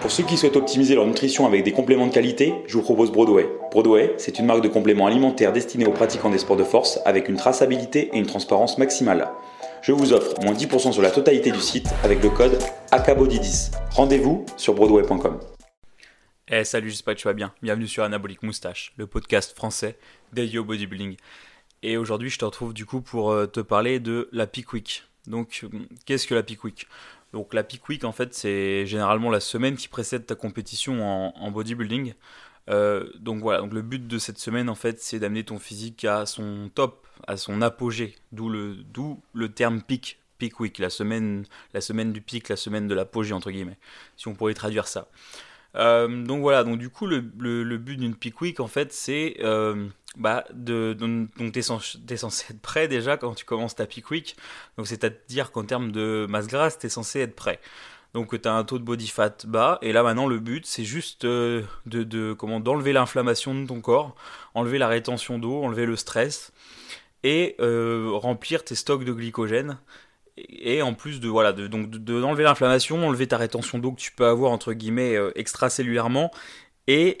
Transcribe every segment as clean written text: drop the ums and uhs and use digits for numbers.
Pour ceux qui souhaitent optimiser leur nutrition avec des compléments de qualité, je vous propose Broadway. Broadway, c'est une marque de compléments alimentaires destinée aux pratiquants des sports de force avec une traçabilité et une transparence maximale. Je vous offre moins 10% sur la totalité du site avec le code AKBODY10. Rendez-vous sur broadway.com. Salut, j'espère que tu vas bien. Bienvenue sur Anabolic Moustache, le podcast français dédié au bodybuilding. Et aujourd'hui, je te retrouve du coup pour te parler de la Peak Week. Donc, qu'est-ce que la Peak Week ? Donc, la Peak Week, en fait, c'est généralement la semaine qui précède ta compétition en bodybuilding. Donc voilà, donc le but de cette semaine, en fait, c'est d'amener ton physique à son top, à son apogée. D'où le terme Peak Week, la semaine du pic, la semaine de l'apogée, entre guillemets, si on pourrait traduire ça. Donc voilà, donc du coup le but d'une Peak Week en fait c'est donc t'es censé être prêt déjà quand tu commences ta Peak Week, donc c'est-à-dire qu'en termes de masse grasse t'es censé être prêt. Donc tu as un taux de body fat bas et là maintenant le but c'est juste d'enlever l'inflammation de ton corps, enlever la rétention d'eau, enlever le stress et remplir tes stocks de glycogène. Et en plus d'enlever l'inflammation, enlever ta rétention d'eau que tu peux avoir entre guillemets extracellulairement et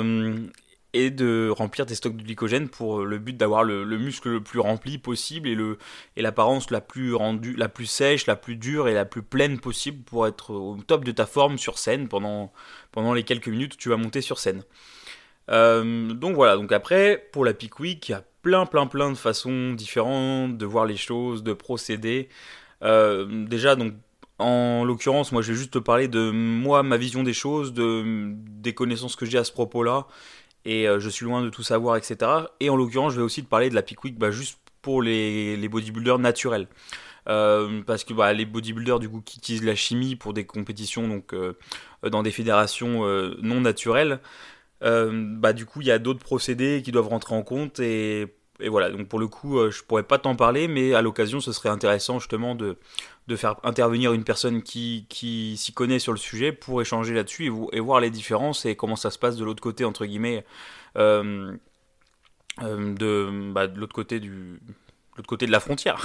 de remplir tes stocks de glycogène pour le but d'avoir le muscle le plus rempli possible et l'apparence la plus sèche, la plus dure et la plus pleine possible pour être au top de ta forme sur scène pendant les quelques minutes où tu vas monter sur scène. Donc voilà, donc après pour la Peak Week, il y a plein de façons différentes de voir les choses, de procéder. Déjà donc en l'occurrence moi je vais juste te parler de moi, ma vision des choses, des connaissances que j'ai à ce propos là et je suis loin de tout savoir, etc. Et en l'occurrence je vais aussi te parler de la Peak Week juste pour les bodybuilders naturels. Parce que les bodybuilders du coup qui utilisent la chimie pour des compétitions donc dans des fédérations non naturelles, du coup il y a d'autres procédés qui doivent rentrer en compte et voilà, donc pour le coup je pourrais pas t'en parler, mais à l'occasion ce serait intéressant justement de faire intervenir une personne qui s'y connaît sur le sujet pour échanger là-dessus et voir les différences et comment ça se passe de l'autre côté entre guillemets de l'autre côté de la frontière.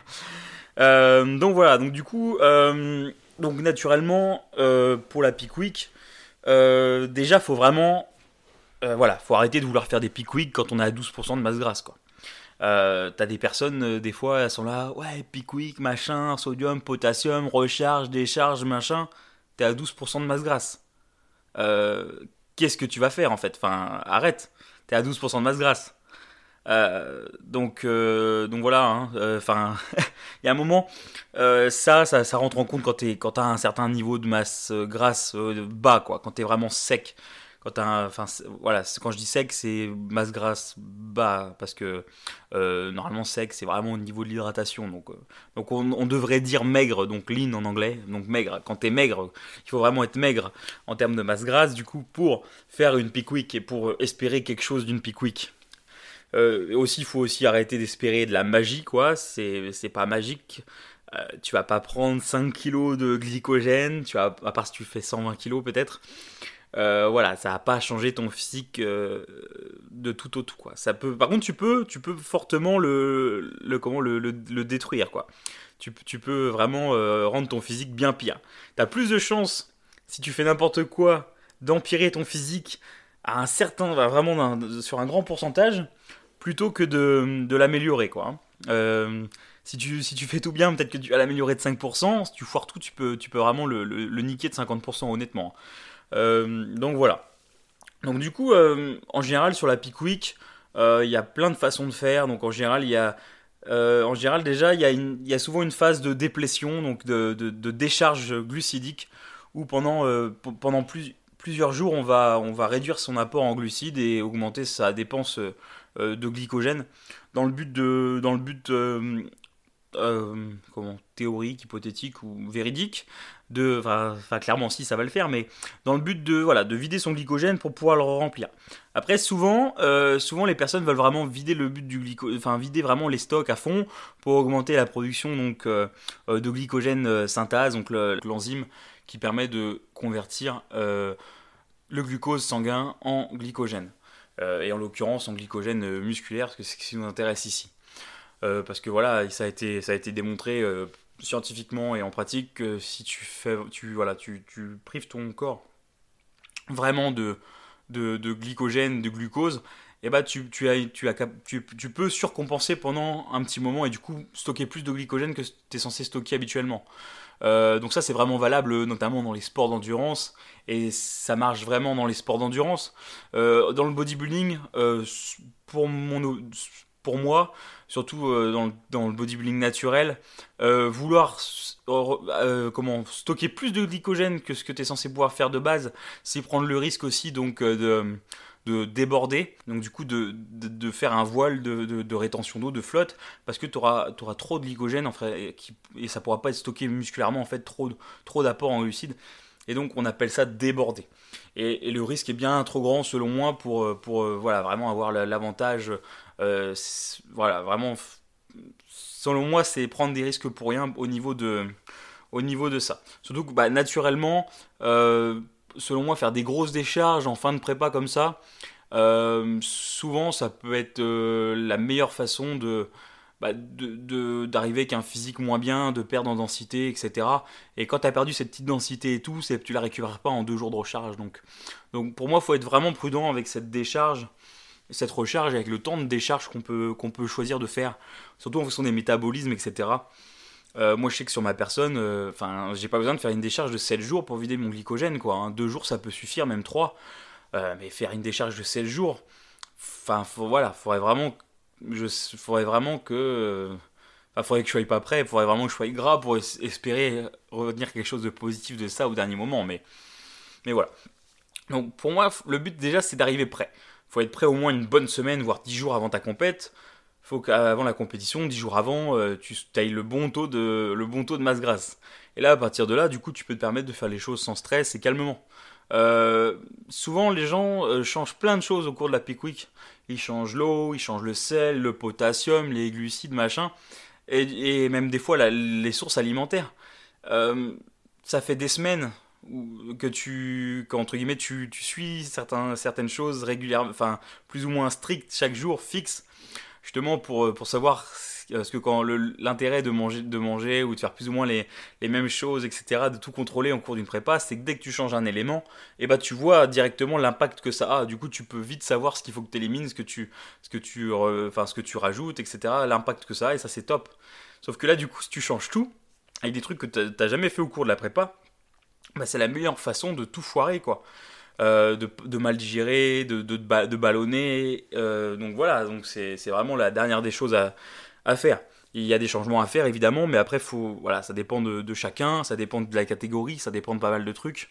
Donc voilà, donc du coup donc naturellement pour la Peak Week déjà faut vraiment faut arrêter de vouloir faire des Peak Week quand on est à 12% de masse grasse, quoi. T'as des personnes, des fois, elles sont là, ouais, Peak Week, machin, sodium, potassium, recharge, décharge, machin. T'es à 12% de masse grasse. Qu'est-ce que tu vas faire, en fait ? Enfin, arrête. T'es à 12% de masse grasse. Donc voilà, enfin, il y a un moment, ça rentre en compte quand t'as un certain niveau de masse grasse bas, quoi, quand t'es vraiment sec. Quand je dis sec, c'est masse grasse bas, parce que normalement sec, c'est vraiment au niveau de l'hydratation. Donc on devrait dire maigre, donc lean en anglais, donc maigre. Quand t'es maigre, il faut vraiment être maigre en termes de masse grasse, du coup, pour faire une Peak Week et pour espérer quelque chose d'une Peak Week. Il faut aussi arrêter d'espérer de la magie, quoi. C'est pas magique. Tu vas pas prendre 5 kilos de glycogène, à part si tu fais 120 kilos peut-être. Voilà, ça va pas changer ton physique de tout au tout, quoi. Par contre, tu peux fortement le détruire, quoi. Tu peux vraiment rendre ton physique bien pire. T'as plus de chances, si tu fais n'importe quoi, d'empirer ton physique à sur un grand pourcentage, plutôt que de l'améliorer, quoi. Si tu fais tout bien, peut-être que tu vas l'améliorer de 5%. Si tu foires tout, tu peux vraiment le niquer de 50%, honnêtement. Donc voilà. Donc du coup, en général sur la Peak Week, il y a plein de façons de faire. Donc en général, déjà il y a souvent une phase de déplétion, donc de décharge glucidique, où pendant plusieurs jours on va réduire son apport en glucides et augmenter sa dépense de glycogène dans le but théorique, hypothétique ou véridique, clairement si ça va le faire, mais dans le but de vider son glycogène pour pouvoir le remplir. Après souvent les personnes veulent vraiment vider vider vraiment les stocks à fond pour augmenter la production donc de glycogène synthase, donc l'enzyme qui permet de convertir le glucose sanguin en glycogène. Et en l'occurrence en glycogène musculaire, parce que c'est ce qui nous intéresse ici. Parce que voilà, ça a été démontré scientifiquement et en pratique que si tu prives ton corps vraiment de glycogène, de glucose, et bah tu peux surcompenser pendant un petit moment et du coup stocker plus de glycogène que tu es censé stocker habituellement. Donc ça c'est vraiment valable notamment dans les sports d'endurance et ça marche vraiment dans les sports d'endurance. Dans le bodybuilding, pour, pour moi, surtout dans le bodybuilding naturel, vouloir stocker plus de glycogène que ce que tu es censé pouvoir faire de base, c'est prendre le risque aussi donc de déborder, donc du coup de faire un voile de rétention d'eau, de flotte, parce que tu auras trop de glycogène en fait, et ça pourra pas être stocké musculairement en fait, trop d'apport en glucides, et donc on appelle ça déborder. Et le risque est bien trop grand selon moi pour voilà, vraiment avoir l'avantage, voilà, vraiment, selon moi c'est prendre des risques pour rien au niveau de ça. Surtout que bah, naturellement, selon moi, faire des grosses décharges en fin de prépa comme ça, souvent ça peut être la meilleure façon d'arriver avec un physique moins bien, de perdre en densité, etc. Et quand tu as perdu cette petite densité et tout, tu la récupères pas en 2 jours de recharge. Donc pour moi, il faut être vraiment prudent avec cette décharge, cette recharge, avec le temps de décharge qu'on peut choisir de faire, surtout en fonction des métabolismes, etc. Moi, je sais que sur ma personne, j'ai pas besoin de faire une décharge de 7 jours pour vider mon glycogène, quoi. Hein. 2 jours, ça peut suffire, même 3. Mais faire une décharge de 7 jours, voilà, faudrait vraiment que, faudrait que je sois pas prêt, faudrait vraiment que je sois gras pour espérer retenir quelque chose de positif de ça au dernier moment. Mais voilà. Donc, pour moi, le but déjà, c'est d'arriver prêt. Faut être prêt au moins une bonne semaine, voire 10 jours avant ta compète. Faut qu'avant la compétition, 10 jours avant, tu ailles le bon taux de masse grasse. Et là, à partir de là, du coup, tu peux te permettre de faire les choses sans stress et calmement. Souvent, les gens changent plein de choses au cours de la peak week. Ils changent l'eau, ils changent le sel, le potassium, les glucides, machin, et même des fois les sources alimentaires. Ça fait des semaines qu'entre guillemets, tu suis certaines choses régulièrement, enfin, plus ou moins strictes chaque jour, fixes justement pour savoir parce que quand l'intérêt de manger ou de faire plus ou moins les mêmes choses, etc., de tout contrôler en cours d'une prépa, c'est que dès que tu changes un élément, et bah tu vois directement l'impact que ça a. Du coup, tu peux vite savoir ce qu'il faut que tu élimines, ce que tu rajoutes, etc., l'impact que ça a, et ça c'est top. Sauf que là, du coup, si tu changes tout, avec des trucs que t'as jamais fait au cours de la prépa, bah, c'est la meilleure façon de tout foirer, quoi. De mal digérer, de ballonner. Donc voilà, donc c'est vraiment la dernière des choses à faire. Il y a des changements à faire évidemment, mais après voilà, ça dépend de chacun, ça dépend de la catégorie, ça dépend de pas mal de trucs.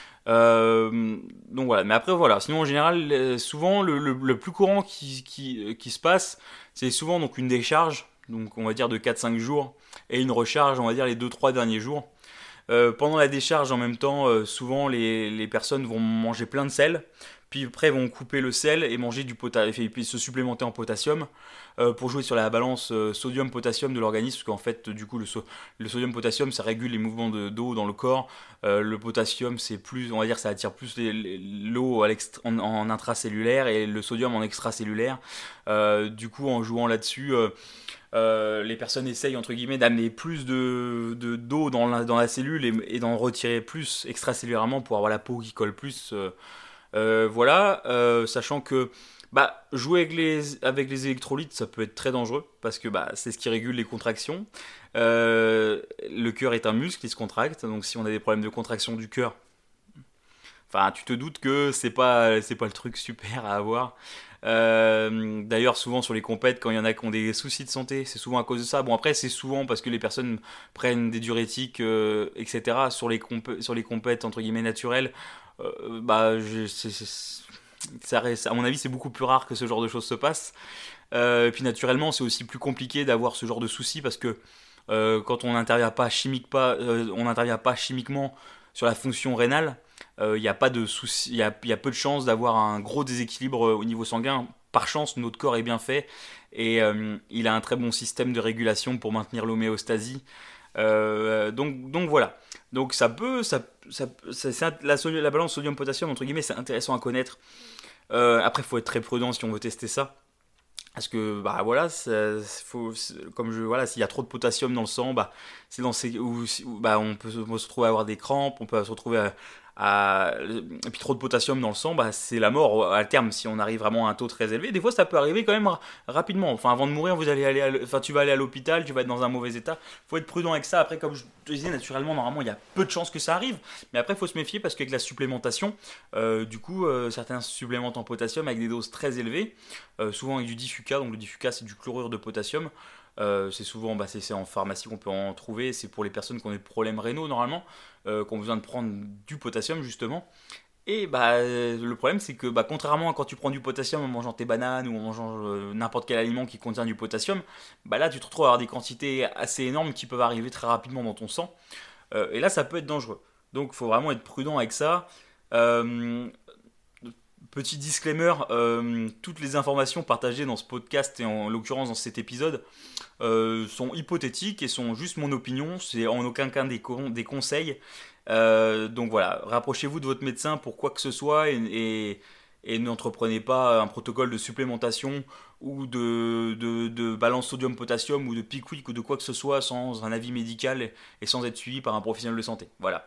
Donc voilà, mais après voilà, sinon en général, souvent le plus courant qui se passe, c'est souvent donc une décharge, donc on va dire de 4-5 jours, et une recharge, on va dire les 2-3 derniers jours. Pendant la décharge, en même temps, souvent les personnes vont manger plein de sel, puis après vont couper le sel et manger et puis se supplémenter en potassium pour jouer sur la balance sodium-potassium de l'organisme, parce qu'en fait, du coup, le sodium-potassium, ça régule les mouvements d'eau dans le corps. Le potassium, c'est plus, on va dire, ça attire plus l'eau en intracellulaire et le sodium en extracellulaire. Du coup, en jouant là-dessus. Les personnes essayent entre guillemets d'amener plus d'eau dans la cellule et d'en retirer plus extracellulairement pour avoir la peau qui colle plus. Voilà, sachant que bah, jouer avec les électrolytes, ça peut être très dangereux parce que bah, c'est ce qui régule les contractions. Le cœur est un muscle, il se contracte, donc si on a des problèmes de contraction du cœur, enfin, tu te doutes que c'est pas le truc super à avoir. D'ailleurs, souvent sur les compètes, quand il y en a qui ont des soucis de santé, c'est souvent à cause de ça. Bon, après, c'est souvent parce que les personnes prennent des diurétiques, etc. Sur les compètes entre guillemets naturelles. Bah, ça reste, à mon avis, c'est beaucoup plus rare que ce genre de choses se passe. Et puis naturellement, c'est aussi plus compliqué d'avoir ce genre de soucis parce que quand on n'intervient pas chimiquement sur la fonction rénale, il n'y a pas de souci, il y a peu de chances d'avoir un gros déséquilibre au niveau sanguin. Par chance, notre corps est bien fait et il a un très bon système de régulation pour maintenir l'homéostasie. Donc voilà. Donc la balance sodium-potassium entre guillemets, c'est intéressant à connaître. Après, il faut être très prudent si on veut tester ça. Parce que bah voilà, voilà, s'il y a trop de potassium dans le sang, bah c'est dans ces bah on peut se retrouver à avoir des crampes, on peut se retrouver et puis trop de potassium dans le sang, bah, c'est la mort à terme si on arrive vraiment à un taux très élevé. Des fois, ça peut arriver quand même rapidement. Enfin, avant de mourir, tu vas aller à l'hôpital, tu vas être dans un mauvais état. Faut être prudent avec ça. Après, comme je te disais, naturellement, normalement, il y a peu de chances que ça arrive. Mais après, il faut se méfier parce qu'avec la supplémentation, certains supplémentent en potassium avec des doses très élevées, souvent avec du Diffuca. Donc le Diffuca, c'est du chlorure de potassium. C'est souvent, c'est en pharmacie qu'on peut en trouver. C'est pour les personnes qui ont des problèmes rénaux normalement, qui ont besoin de prendre du potassium justement. Et le problème, c'est que contrairement à quand tu prends du potassium en mangeant tes bananes ou en mangeant n'importe quel aliment qui contient du potassium, là tu te retrouves à avoir des quantités assez énormes qui peuvent arriver très rapidement dans ton sang. Et là, ça peut être dangereux. Donc, il faut vraiment être prudent avec ça. Euh, Petit disclaimer, toutes les informations partagées dans ce podcast et en l'occurrence dans cet épisode sont hypothétiques et sont juste mon opinion, c'est en aucun cas des conseils. Donc voilà, rapprochez-vous de votre médecin pour quoi que ce soit et n'entreprenez pas un protocole de supplémentation ou de balance sodium-potassium ou de Pickwick ou de quoi que ce soit sans un avis médical et sans être suivi par un professionnel de santé. Voilà.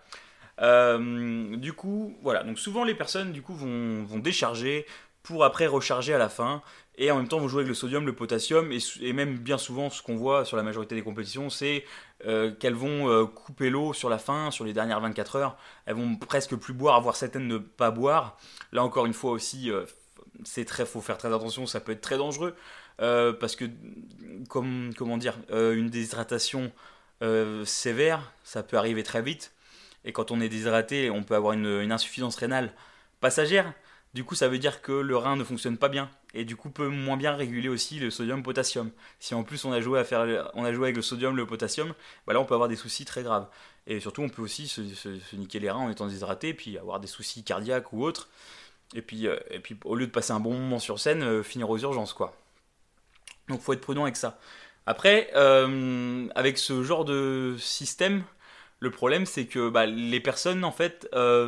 Du coup, voilà. Donc souvent les personnes du coup vont décharger pour après recharger à la fin et en même temps vont jouer avec le sodium, le potassium et même bien souvent ce qu'on voit sur la majorité des compétitions c'est qu'elles vont couper l'eau sur la fin, sur les dernières 24 heures. Elles vont presque plus boire, voire certaines ne pas boire. Là encore une fois aussi, faut faire très attention, ça peut être très dangereux parce que comment dire, une déshydratation sévère, ça peut arriver très vite. Et quand on est déshydraté, on peut avoir une insuffisance rénale passagère. Du coup, ça veut dire que le rein ne fonctionne pas bien. Et du coup, peut moins bien réguler aussi le sodium-potassium. Si en plus on a joué avec le sodium, le potassium, là on peut avoir des soucis très graves. Et surtout, on peut aussi se niquer les reins en étant déshydraté, et puis avoir des soucis cardiaques ou autres. Et puis au lieu de passer un bon moment sur scène, finir aux urgences, quoi. Donc, faut être prudent avec ça. Après, avec ce genre de système, le problème, c'est que les personnes, en fait,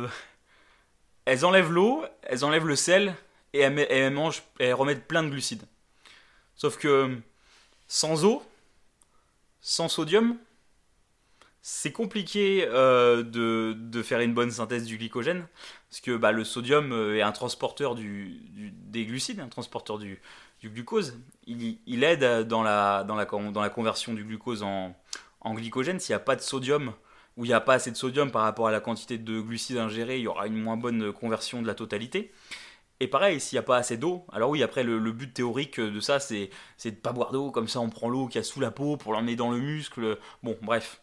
elles enlèvent l'eau, elles enlèvent le sel et elles mangent, elles remettent plein de glucides. Sauf que sans eau, sans sodium, c'est compliqué de faire une bonne synthèse du glycogène. Parce que le sodium est un transporteur des glucides, un transporteur du glucose. Il aide dans la conversion du glucose en glycogène. S'il n'y a pas de sodium, où il n'y a pas assez de sodium par rapport à la quantité de glucides ingérés, il y aura une moins bonne conversion de la totalité. Et pareil, s'il n'y a pas assez d'eau, alors oui, après le but théorique de ça, c'est de ne pas boire d'eau, comme ça on prend l'eau qu'il y a sous la peau pour l'emmener dans le muscle. Bon, bref.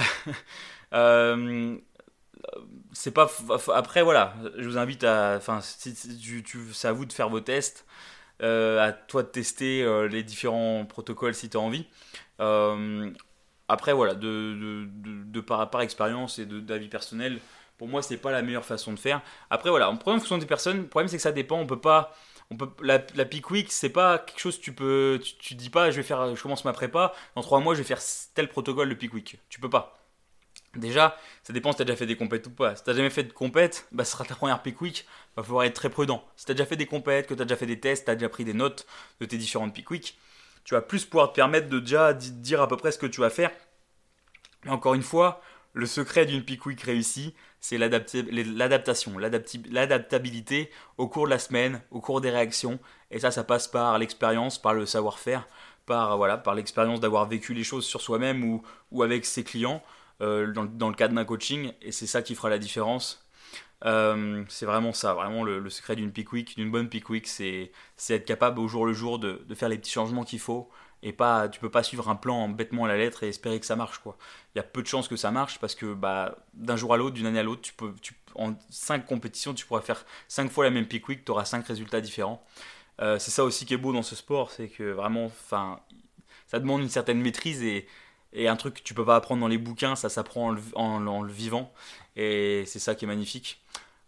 Euh, c'est pas. Après, voilà, je vous invite à. Enfin, c'est à vous de faire vos tests, à toi de tester les différents protocoles si tu as envie. Euh, Après, voilà, par expérience et d'avis personnel, pour moi, c'est pas la meilleure façon de faire. Après, voilà, en fonction des personnes, le problème c'est que ça dépend. On peut pas, la peak week, c'est pas quelque chose que tu dis pas, je commence ma prépa, dans 3 mois, je vais faire tel protocole de peak week. Tu peux pas. Déjà, ça dépend si tu as déjà fait des compètes ou pas. Si tu n'as jamais fait de compète, ce sera ta première peak week. Il va falloir être très prudent. Si tu as déjà fait des compètes, que tu as déjà fait des tests, tu as déjà pris des notes de tes différentes peak week, tu vas plus pouvoir te permettre de déjà dire à peu près ce que tu vas faire. Mais encore une fois, le secret d'une peak week réussie, c'est l'adaptation, l'adaptabilité au cours de la semaine, au cours des réactions. Et ça passe par l'expérience, par le savoir-faire, par l'expérience d'avoir vécu les choses sur soi-même ou avec ses clients, dans le cadre d'un coaching. Et c'est ça qui fera la différence. C'est vraiment ça, vraiment le secret d'une peak week, d'une bonne peak week, c'est être capable au jour le jour de faire les petits changements qu'il faut et pas, tu peux pas suivre un plan bêtement à la lettre et espérer que ça marche, quoi. Il y a peu de chances que ça marche parce que d'un jour à l'autre, d'une année à l'autre, en 5 compétitions, tu pourras faire 5 fois la même peak week, tu auras 5 résultats différents. C'est ça aussi qui est beau dans ce sport, c'est que vraiment, enfin, ça demande une certaine maîtrise et un truc que tu peux pas apprendre dans les bouquins, ça s'apprend en le vivant. Et c'est ça qui est magnifique.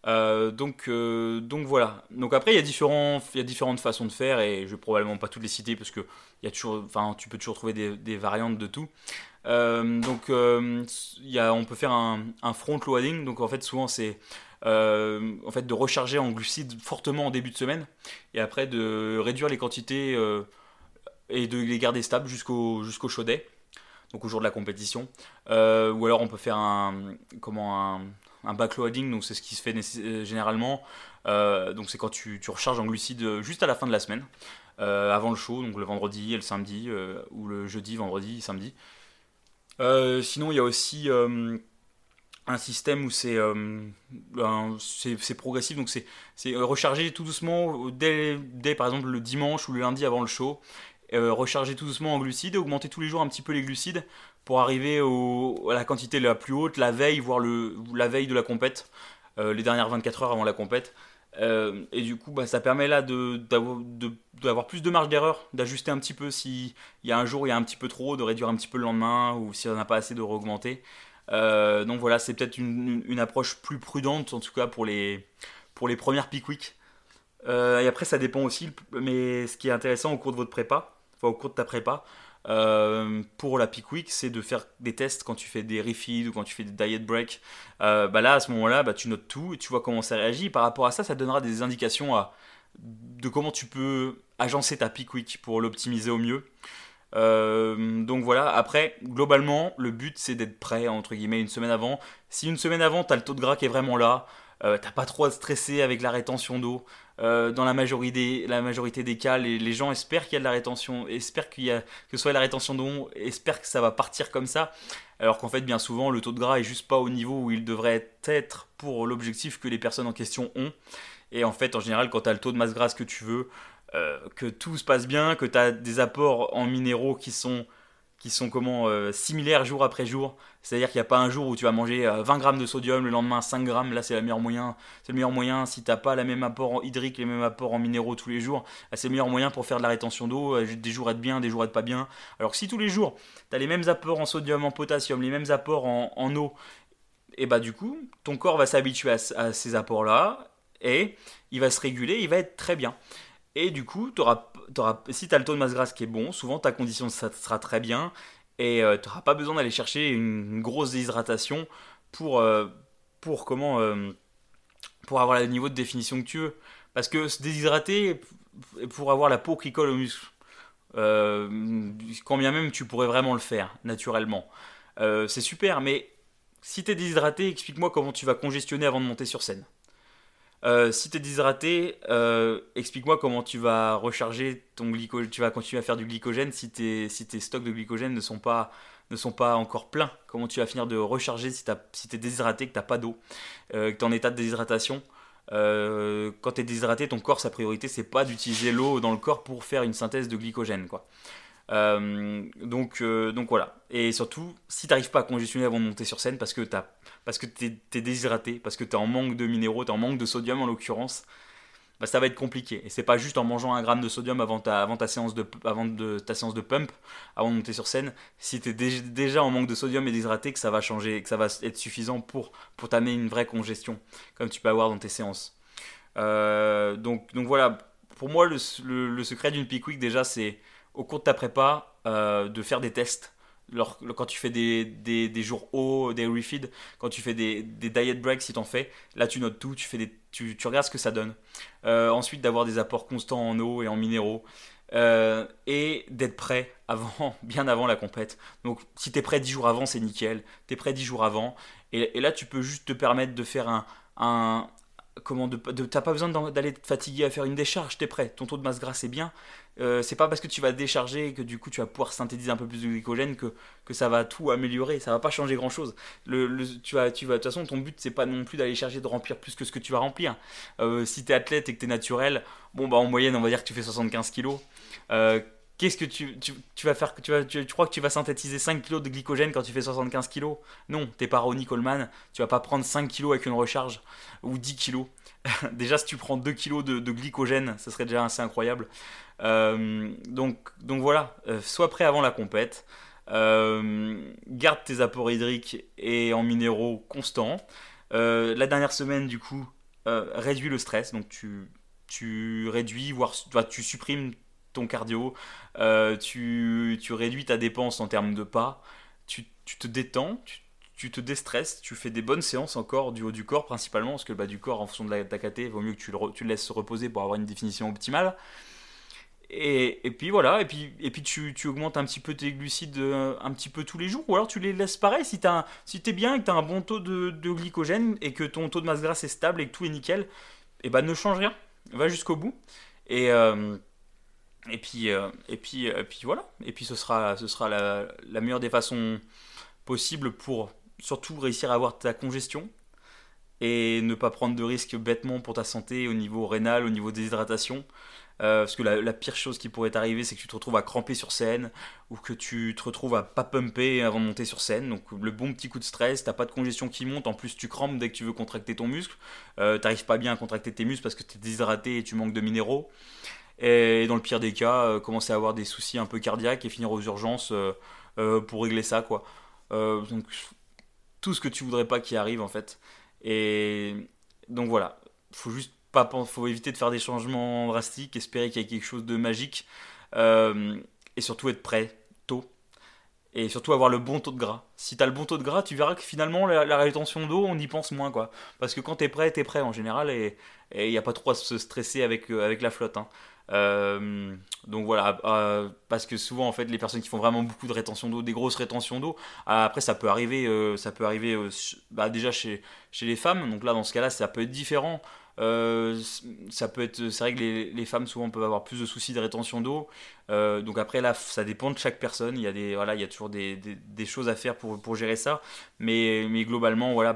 Donc voilà. Donc après, il y a différentes façons de faire et je vais probablement pas toutes les citer parce que tu peux toujours trouver des variantes de tout. On peut faire un front loading. Donc en fait, souvent c'est en fait de recharger en glucides fortement en début de semaine et après de réduire les quantités et de les garder stables jusqu'au chaudé. Donc au jour de la compétition. Ou alors on peut faire un backloading, donc c'est ce qui se fait généralement. Donc c'est quand tu recharges en glucides juste à la fin de la semaine, avant le show, donc le vendredi et le samedi, ou le jeudi, vendredi, samedi. Sinon, il y a aussi un système où c'est progressif, donc c'est recharger tout doucement dès par exemple le dimanche ou le lundi avant le show, recharger tout doucement en glucides et augmenter tous les jours un petit peu les glucides pour arriver à la quantité la plus haute la veille, voire la veille de la compète, les dernières 24 heures avant la compète. Et du coup, ça permet là d'avoir plus de marge d'erreur, d'ajuster un petit peu s'il y a un jour où il y a un petit peu trop, de réduire un petit peu le lendemain, ou si on n'a pas assez, de re-augmenter. Donc voilà, c'est peut-être une approche plus prudente, en tout cas pour les premières peak week. Et après, ça dépend aussi, mais ce qui est intéressant au cours de votre prépa, enfin au cours de ta prépa, pour la peak week, c'est de faire des tests quand tu fais des refeeds ou quand tu fais des diet breaks. Là, à ce moment-là, tu notes tout et tu vois comment ça réagit. Par rapport à ça, ça te donnera des indications de comment tu peux agencer ta peak week pour l'optimiser au mieux. Donc voilà, après, globalement, le but c'est d'être prêt, entre guillemets, une semaine avant. Si une semaine avant, t'as le taux de gras qui est vraiment là, t'as pas trop à stresser avec la rétention d'eau. Dans la majorité des cas, les gens espèrent qu'il y a de la rétention, espèrent que ce soit la rétention d'eau, espèrent que ça va partir comme ça, alors qu'en fait, bien souvent, le taux de gras est juste pas au niveau où il devrait être pour l'objectif que les personnes en question ont. Et en fait, en général, quand tu as le taux de masse grasse que tu veux, que tout se passe bien, que tu as des apports en minéraux qui sont similaires jour après jour. C'est-à-dire qu'il n'y a pas un jour où tu vas manger 20 grammes de sodium, le lendemain 5 grammes. Là, c'est le meilleur moyen. C'est le meilleur moyen si tu n'as pas le même apport en hydrique, les mêmes apports en minéraux tous les jours. C'est le meilleur moyen pour faire de la rétention d'eau. Des jours être bien, des jours être pas bien. Alors que si tous les jours, tu as les mêmes apports en sodium, en potassium, les mêmes apports en eau, et du coup, ton corps va s'habituer à ces apports-là et il va se réguler, il va être très bien. Et du coup, si tu as le taux de masse grasse qui est bon, souvent ta condition ça sera très bien et tu n'auras pas besoin d'aller chercher une grosse déshydratation pour, pour avoir le niveau de définition que tu veux. Parce que se déshydrater pour avoir la peau qui colle au muscle, quand bien même tu pourrais vraiment le faire naturellement, c'est super, mais si tu es déshydraté, explique-moi comment tu vas congestionner avant de monter sur scène. Si tu es déshydraté, explique-moi comment tu vas recharger ton glycogène, tu vas continuer à faire du glycogène si tes stocks de glycogène ne sont pas encore pleins. Comment tu vas finir de recharger si tu es déshydraté, que tu n'as pas d'eau, que tu es en état de déshydratation. Quand tu es déshydraté, ton corps, sa priorité, c'est pas d'utiliser l'eau dans le corps pour faire une synthèse de glycogène, quoi. Donc voilà. Et surtout, si tu n'arrives pas à congestionner avant de monter sur scène parce que t'es déshydraté, parce que tu es en manque de minéraux, tu es en manque de sodium en l'occurrence, ça va être compliqué. Et c'est pas juste en mangeant 1 gramme de sodium avant ta séance de pump, avant de monter sur scène. Si tu es déjà en manque de sodium et déshydraté, que ça va changer, que ça va être suffisant pour t'amener une vraie congestion, comme tu peux avoir dans tes séances. Donc voilà. Pour moi, le secret d'une peak week, déjà, c'est au cours de ta prépa, de faire des tests. Quand tu fais des jours hauts, des refeeds, quand tu fais des diet breaks, si t'en fais, là tu notes tout, tu regardes ce que ça donne. Ensuite, d'avoir des apports constants en eau et en minéraux. Et d'être prêt bien avant la compète. Donc si t'es prêt 10 jours avant, c'est nickel. T'es prêt 10 jours avant. Et là, tu peux juste te permettre de faire t'as pas besoin d'aller te fatiguer à faire une décharge, t'es prêt, ton taux de masse grasse est bien. C'est pas parce que tu vas décharger et que du coup tu vas pouvoir synthétiser un peu plus de glycogène que ça va tout améliorer, ça va pas changer grand chose. De toute façon, ton but c'est pas non plus d'aller chercher de remplir plus que ce que tu vas remplir. Si t'es athlète et que t'es naturel, en moyenne on va dire que tu fais 75 kilos. Qu'est-ce que tu vas faire? Tu crois que tu vas synthétiser 5 kg de glycogène quand tu fais 75 kg? Non, t'es pas Ronnie Coleman, tu vas pas prendre 5 kg avec une recharge, ou 10 kg. Déjà, si tu prends 2 kg de glycogène, ça serait déjà assez incroyable. Donc voilà, sois prêt avant la compète. Garde tes apports hydriques et en minéraux constants. La dernière semaine, du coup, réduis le stress. Donc tu réduis, voire tu supprimes ton cardio, tu réduis ta dépense en termes de pas, tu te détends, tu te déstresses, tu fais des bonnes séances encore du haut du corps principalement, parce que le bas du corps en fonction de ta KT, il vaut mieux que tu le laisses se reposer pour avoir une définition optimale. Et puis voilà, et puis tu augmentes un petit peu tes glucides un petit peu tous les jours, ou alors tu les laisses pareil si t'es bien et que tu as un bon taux de glycogène et que ton taux de masse grasse est stable et que tout est nickel, et ben ne change rien, va jusqu'au bout. Et, euh, et puis voilà, et puis ce sera la meilleure des façons possibles pour surtout réussir à avoir ta congestion et ne pas prendre de risques bêtement pour ta santé au niveau rénal, au niveau déshydratation. Parce que la pire chose qui pourrait t'arriver, c'est que tu te retrouves à cramper sur scène ou que tu te retrouves à pas pumper avant de monter sur scène. Donc le bon petit coup de stress, t'as pas de congestion qui monte, en plus tu crampes dès que tu veux contracter ton muscle. T'arrives pas bien à contracter tes muscles parce que t'es déshydraté et tu manques de minéraux. Et dans le pire des cas, commencer à avoir des soucis un peu cardiaques et finir aux urgences pour régler ça, quoi. Donc tout ce que tu voudrais pas qui arrive en fait. Et donc voilà, faut juste pas, faut éviter de faire des changements drastiques, espérer qu'il y ait quelque chose de magique euh, et surtout être prêt tôt. Et surtout avoir le bon taux de gras. Si t'as le bon taux de gras, tu verras que finalement la rétention d'eau, on y pense moins quoi. Parce que quand t'es prêt en général et il n'y a pas trop à se stresser avec la flotte. Hein. Donc voilà, parce que souvent en fait les personnes qui font vraiment beaucoup de rétention d'eau, des grosses rétentions d'eau, après ça peut arriver bah, déjà chez les femmes. Donc là dans ce cas-là ça peut être différent. Ça peut être, c'est vrai que les femmes souvent peuvent avoir plus de soucis de rétention d'eau. Donc après là, ça dépend de chaque personne. Il y a voilà, il y a toujours des choses à faire pour gérer ça. Mais globalement, voilà,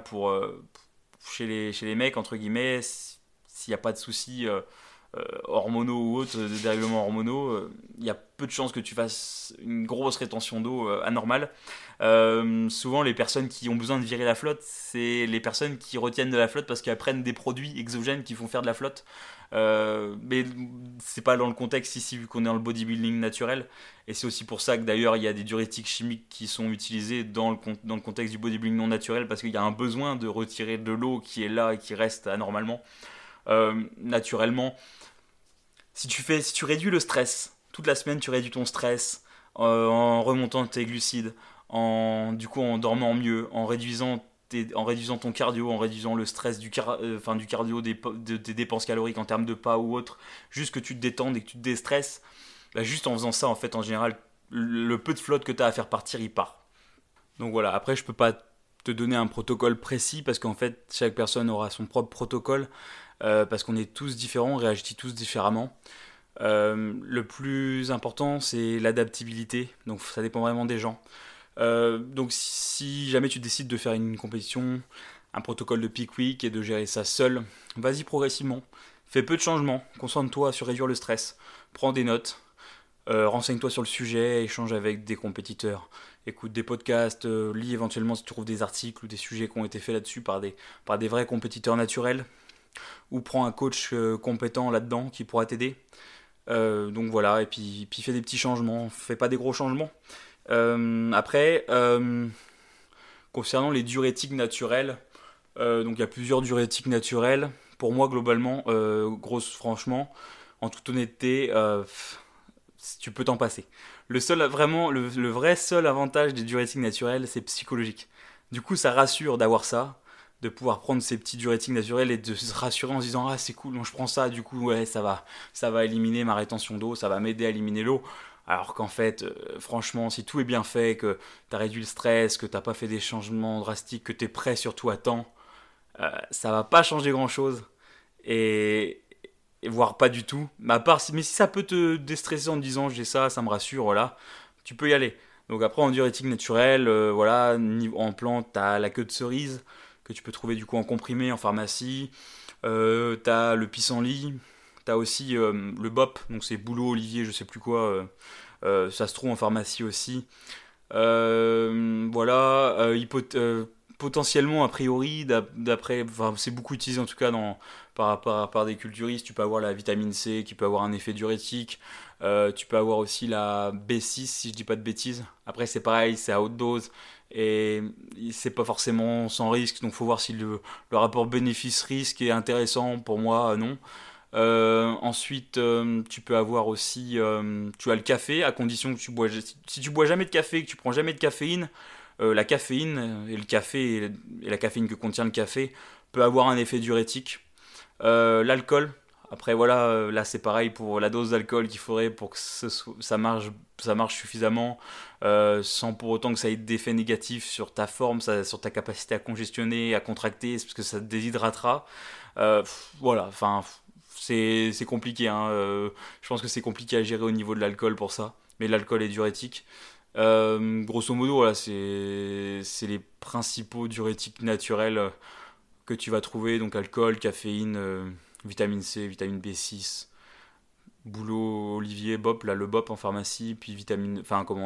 chez les mecs entre guillemets, s'il n'y a pas de soucis hormonaux ou autres, de dérèglements hormonaux, il y a peu de chances que tu fasses une grosse rétention d'eau anormale. Souvent, les personnes qui ont besoin de virer la flotte, c'est les personnes qui retiennent de la flotte parce qu'elles prennent des produits exogènes qui font faire de la flotte. Mais c'est pas dans le contexte ici, vu qu'on est dans le bodybuilding naturel. Et c'est aussi pour ça que d'ailleurs, il y a des diurétiques chimiques qui sont utilisés dans le contexte du bodybuilding non naturel parce qu'il y a un besoin de retirer de l'eau qui est là et qui reste anormalement. Naturellement, si tu réduis le stress, toute la semaine tu réduis ton stress en remontant tes glucides, du coup en dormant mieux, en réduisant ton cardio, en réduisant le stress du cardio, des dépenses caloriques en termes de pas ou autre, juste que tu te détendes et que tu te déstresses, bah juste en faisant ça en fait en général, le peu de flotte que tu as à faire partir il part. Donc voilà, après je peux pas te donner un protocole précis parce qu'en fait chaque personne aura son propre protocole parce qu'on est tous différents, on réagit tous différemment. Le plus important, c'est l'adaptabilité. Donc ça dépend vraiment des gens. Donc si jamais tu décides de faire une compétition, un protocole de peak week et de gérer ça seul, vas-y progressivement. Fais peu de changements. Concentre-toi sur réduire le stress. Prends des notes. Renseigne-toi sur le sujet. Échange avec des compétiteurs. Écoute des podcasts. Lis éventuellement si tu trouves des articles ou des sujets qui ont été faits là-dessus par des vrais compétiteurs naturels. Ou prends un coach compétent là-dedans qui pourra t'aider. Donc voilà, et puis fais des petits changements, fais pas des gros changements. Après, concernant les diurétiques naturels, donc il y a plusieurs diurétiques naturels. Pour moi, globalement, franchement, en toute honnêteté, tu peux t'en passer. Le vrai seul avantage des diurétiques naturels, c'est psychologique. Du coup, ça rassure d'avoir ça, de pouvoir prendre ces petits diurétiques naturels et de se rassurer en se disant ah c'est cool, donc je prends ça, du coup ouais ça va éliminer ma rétention d'eau, ça va m'aider à éliminer l'eau. Alors qu'en fait, franchement, si tout est bien fait, que tu as réduit le stress, que t'as pas fait des changements drastiques, que tu es prêt surtout à temps, ça va pas changer grand chose. Et voire pas du tout. Mais si ça peut te déstresser en te disant j'ai ça, ça me rassure, voilà, tu peux y aller. Donc après en diurétique naturel, voilà, en plante, t'as la queue de cerise que tu peux trouver du coup en comprimé en pharmacie. T'as le pissenlit, t'as aussi le bop, donc c'est bouleau, olivier, je sais plus quoi. Ça se trouve en pharmacie aussi. Voilà, potentiellement a priori, d'après, enfin, c'est beaucoup utilisé en tout cas par des culturistes. Tu peux avoir la vitamine C qui peut avoir un effet diurétique. Tu peux avoir aussi la B6 si je dis pas de bêtises. Après c'est pareil, c'est à haute dose et c'est pas forcément sans risque. Donc faut voir si le rapport bénéfice-risque est intéressant. Pour moi non. Ensuite, tu peux avoir aussi, tu as le café à condition que si tu bois jamais de café, que tu prends jamais de caféine, la caféine et le café et la caféine que contient le café peut avoir un effet diurétique. L'alcool Après voilà, là c'est pareil pour la dose d'alcool qu'il faudrait pour que ça marche suffisamment, sans pour autant que ça ait d'effets négatifs sur ta forme, sur ta capacité à congestionner, à contracter, parce que ça te déshydratera. Voilà, enfin c'est compliqué, hein, je pense que c'est compliqué à gérer au niveau de l'alcool pour ça, mais l'alcool est diurétique. Grosso modo, voilà, c'est les principaux diurétiques naturels que tu vas trouver, donc alcool, caféine, vitamine C, vitamine B6, bouleau, olivier, bop, là le bop en pharmacie, puis vitamine, enfin comment,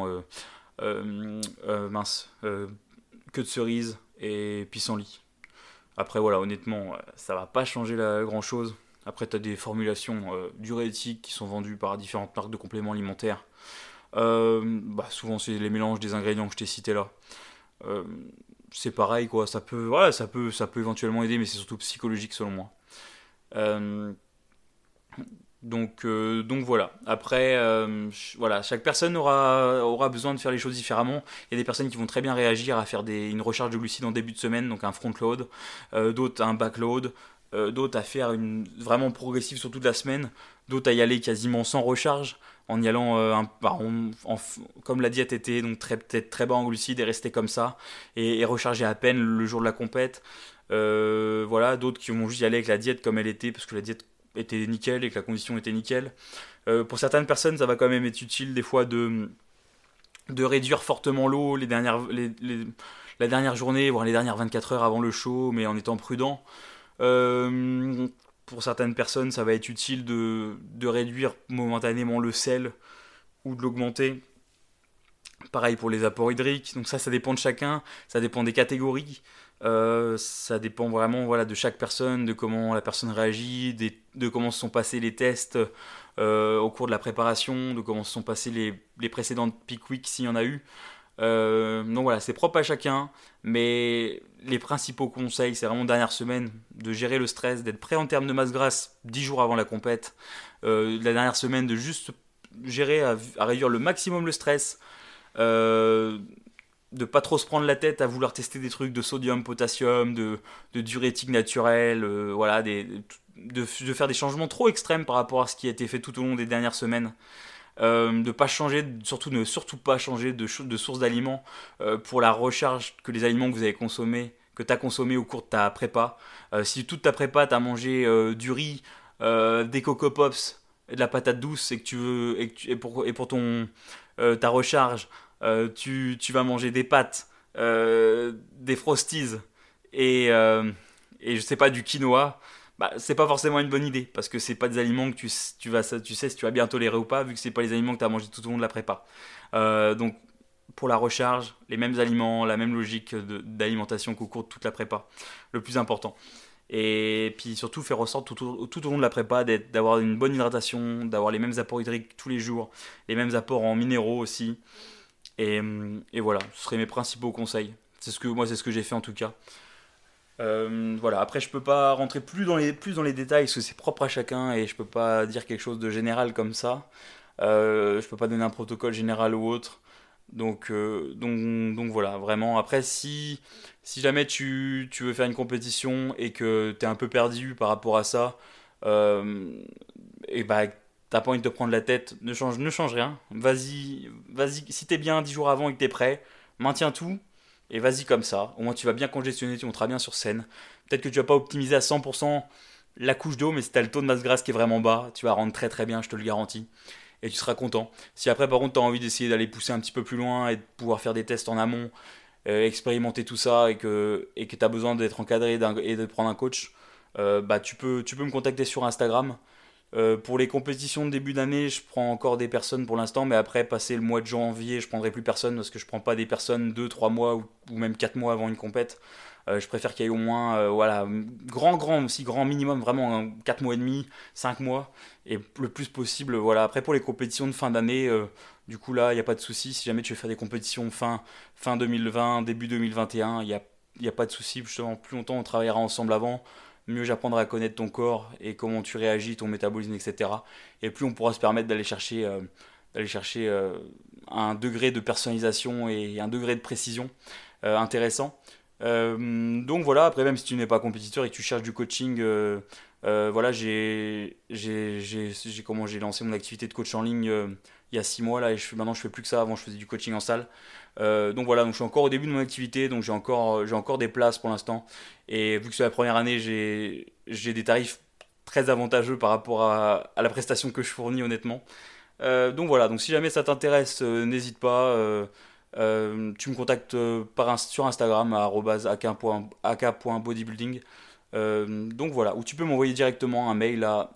mince, queue de cerise et pissenlit. Après voilà, honnêtement, ça va pas changer grand chose. Après, tu as des formulations diurétiques qui sont vendues par différentes marques de compléments alimentaires. Souvent, c'est les mélanges des ingrédients que je t'ai cités là. Euh, c'est pareil, quoi. Ça peut éventuellement aider, mais c'est surtout psychologique selon moi. Euh, donc voilà. Après, voilà, chaque personne aura besoin de faire les choses différemment. Il y a des personnes qui vont très bien réagir à faire une recharge de glucides en début de semaine, donc un front load, d'autres un backload, d'autres à faire une vraiment progressive sur toute la semaine, d'autres à y aller quasiment sans recharge, en y allant, comme la diète était donc peut-être très bas en glucides et rester comme ça, et recharger à peine le jour de la compète. Voilà, d'autres qui vont juste y aller avec la diète comme elle était, parce que la diète était nickel et que la condition était nickel. Pour certaines personnes, ça va quand même être utile des fois de réduire fortement l'eau la dernière journée, voire les dernières 24 heures avant le show, mais en étant prudent. Pour certaines personnes, ça va être utile de réduire momentanément le sel ou de l'augmenter. Pareil pour les apports hydriques, donc ça dépend de chacun, ça dépend des catégories, ça dépend vraiment voilà, de chaque personne, de comment la personne réagit, de comment se sont passés les tests au cours de la préparation, de comment se sont passés les précédentes peak week s'il y en a eu. Donc voilà, c'est propre à chacun, mais les principaux conseils, c'est vraiment dernière semaine, de gérer le stress, d'être prêt en termes de masse grasse 10 jours avant la compète, la dernière semaine de juste gérer à réduire le maximum le stress, euh, de pas trop se prendre la tête à vouloir tester des trucs de sodium, potassium, de diurétiques naturels, voilà, de faire des changements trop extrêmes par rapport à ce qui a été fait tout au long des dernières semaines. De pas changer, surtout ne surtout pas changer de source d'aliments pour la recharge que les aliments que vous avez consommés, que tu as consommé au cours de ta prépa. Si toute ta prépa t'as mangé du riz, des Coco Pops, et de la patate douce et que tu veux et pour ton ta recharge, tu vas manger des pâtes, des frosties et, euh, et je sais pas du quinoa, bah, c'est pas forcément une bonne idée parce que c'est pas des aliments que tu sais si tu vas bien tolérer ou pas vu que c'est pas les aliments que tu as mangé tout au long de la prépa. Donc pour la recharge, les mêmes aliments, la même logique d'alimentation qu'au cours de toute la prépa, le plus important. Et puis surtout faire ressortir tout au long de la prépa d'avoir une bonne hydratation, d'avoir les mêmes apports hydriques tous les jours, les mêmes apports en minéraux aussi. Et voilà, ce seraient mes principaux conseils. C'est ce que j'ai fait en tout cas. Voilà, après je peux pas rentrer plus dans les détails parce que c'est propre à chacun et je peux pas dire quelque chose de général comme ça. Je peux pas donner un protocole général ou autre. Donc voilà, vraiment. Après, si jamais tu veux faire une compétition et que tu es un peu perdu par rapport à ça, euh, et bah t'as pas envie de te prendre la tête, ne change rien. Vas-y, si t'es bien 10 jours avant et que t'es prêt, maintiens tout et vas-y comme ça. Au moins tu vas bien congestionner, tu monteras bien sur scène. Peut-être que tu vas pas optimiser à 100% la couche d'eau, mais si t'as le taux de masse grasse qui est vraiment bas, tu vas rendre très très bien, je te le garantis. Et tu seras content. Si après par contre tu as envie d'essayer d'aller pousser un petit peu plus loin et de pouvoir faire des tests en amont, expérimenter tout ça et que tu as besoin d'être encadré et de prendre un coach, bah tu peux me contacter sur Instagram. Pour les compétitions de début d'année, je prends encore des personnes pour l'instant, mais après, passer le mois de janvier, je prendrai plus personne parce que je prends pas des personnes 2 3 mois ou même 4 mois avant une compète. Je préfère qu'il y ait au moins, voilà, aussi grand minimum, vraiment 4 mois et demi, 5 mois, et le plus possible, voilà. Après, pour les compétitions de fin d'année, du coup, là, il n'y a pas de souci. Si jamais tu veux faire des compétitions fin 2020, début 2021, il y a pas de souci. Justement, plus longtemps on travaillera ensemble avant, mieux j'apprendrai à connaître ton corps et comment tu réagis, ton métabolisme, etc. Et plus on pourra se permettre d'aller chercher un degré de personnalisation et un degré de précision intéressant. Donc voilà, après même si tu n'es pas compétiteur et que tu cherches du coaching Voilà, j'ai lancé mon activité de coach en ligne il y a 6 mois là, et maintenant je fais plus que ça. Avant, je faisais du coaching en salle. Donc voilà, donc je suis encore au début de mon activité, donc j'ai encore des places pour l'instant. Et vu que c'est la première année, j'ai des tarifs très avantageux par rapport à la prestation que je fournis honnêtement. Donc voilà, donc si jamais ça t'intéresse, n'hésite pas. Tu me contactes sur Instagram à @ak.bodybuilding. Donc voilà, ou tu peux m'envoyer directement un mail à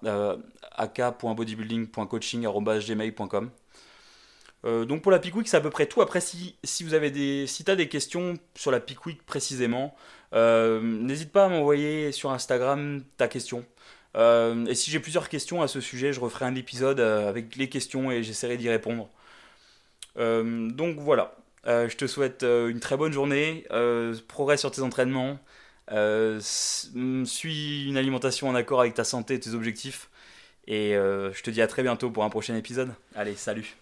ak.bodybuilding.coaching@gmail.com. Donc pour la Peak Week, c'est à peu près tout. Après, si t'as des questions sur la Peak Week précisément, n'hésite pas à m'envoyer sur Instagram ta question. Et si j'ai plusieurs questions à ce sujet, je referai un épisode avec les questions et j'essaierai d'y répondre. Donc voilà. Je te souhaite une très bonne journée, progrès sur tes entraînements, suis une alimentation en accord avec ta santé et tes objectifs, et je te dis à très bientôt pour un prochain épisode. Allez, salut!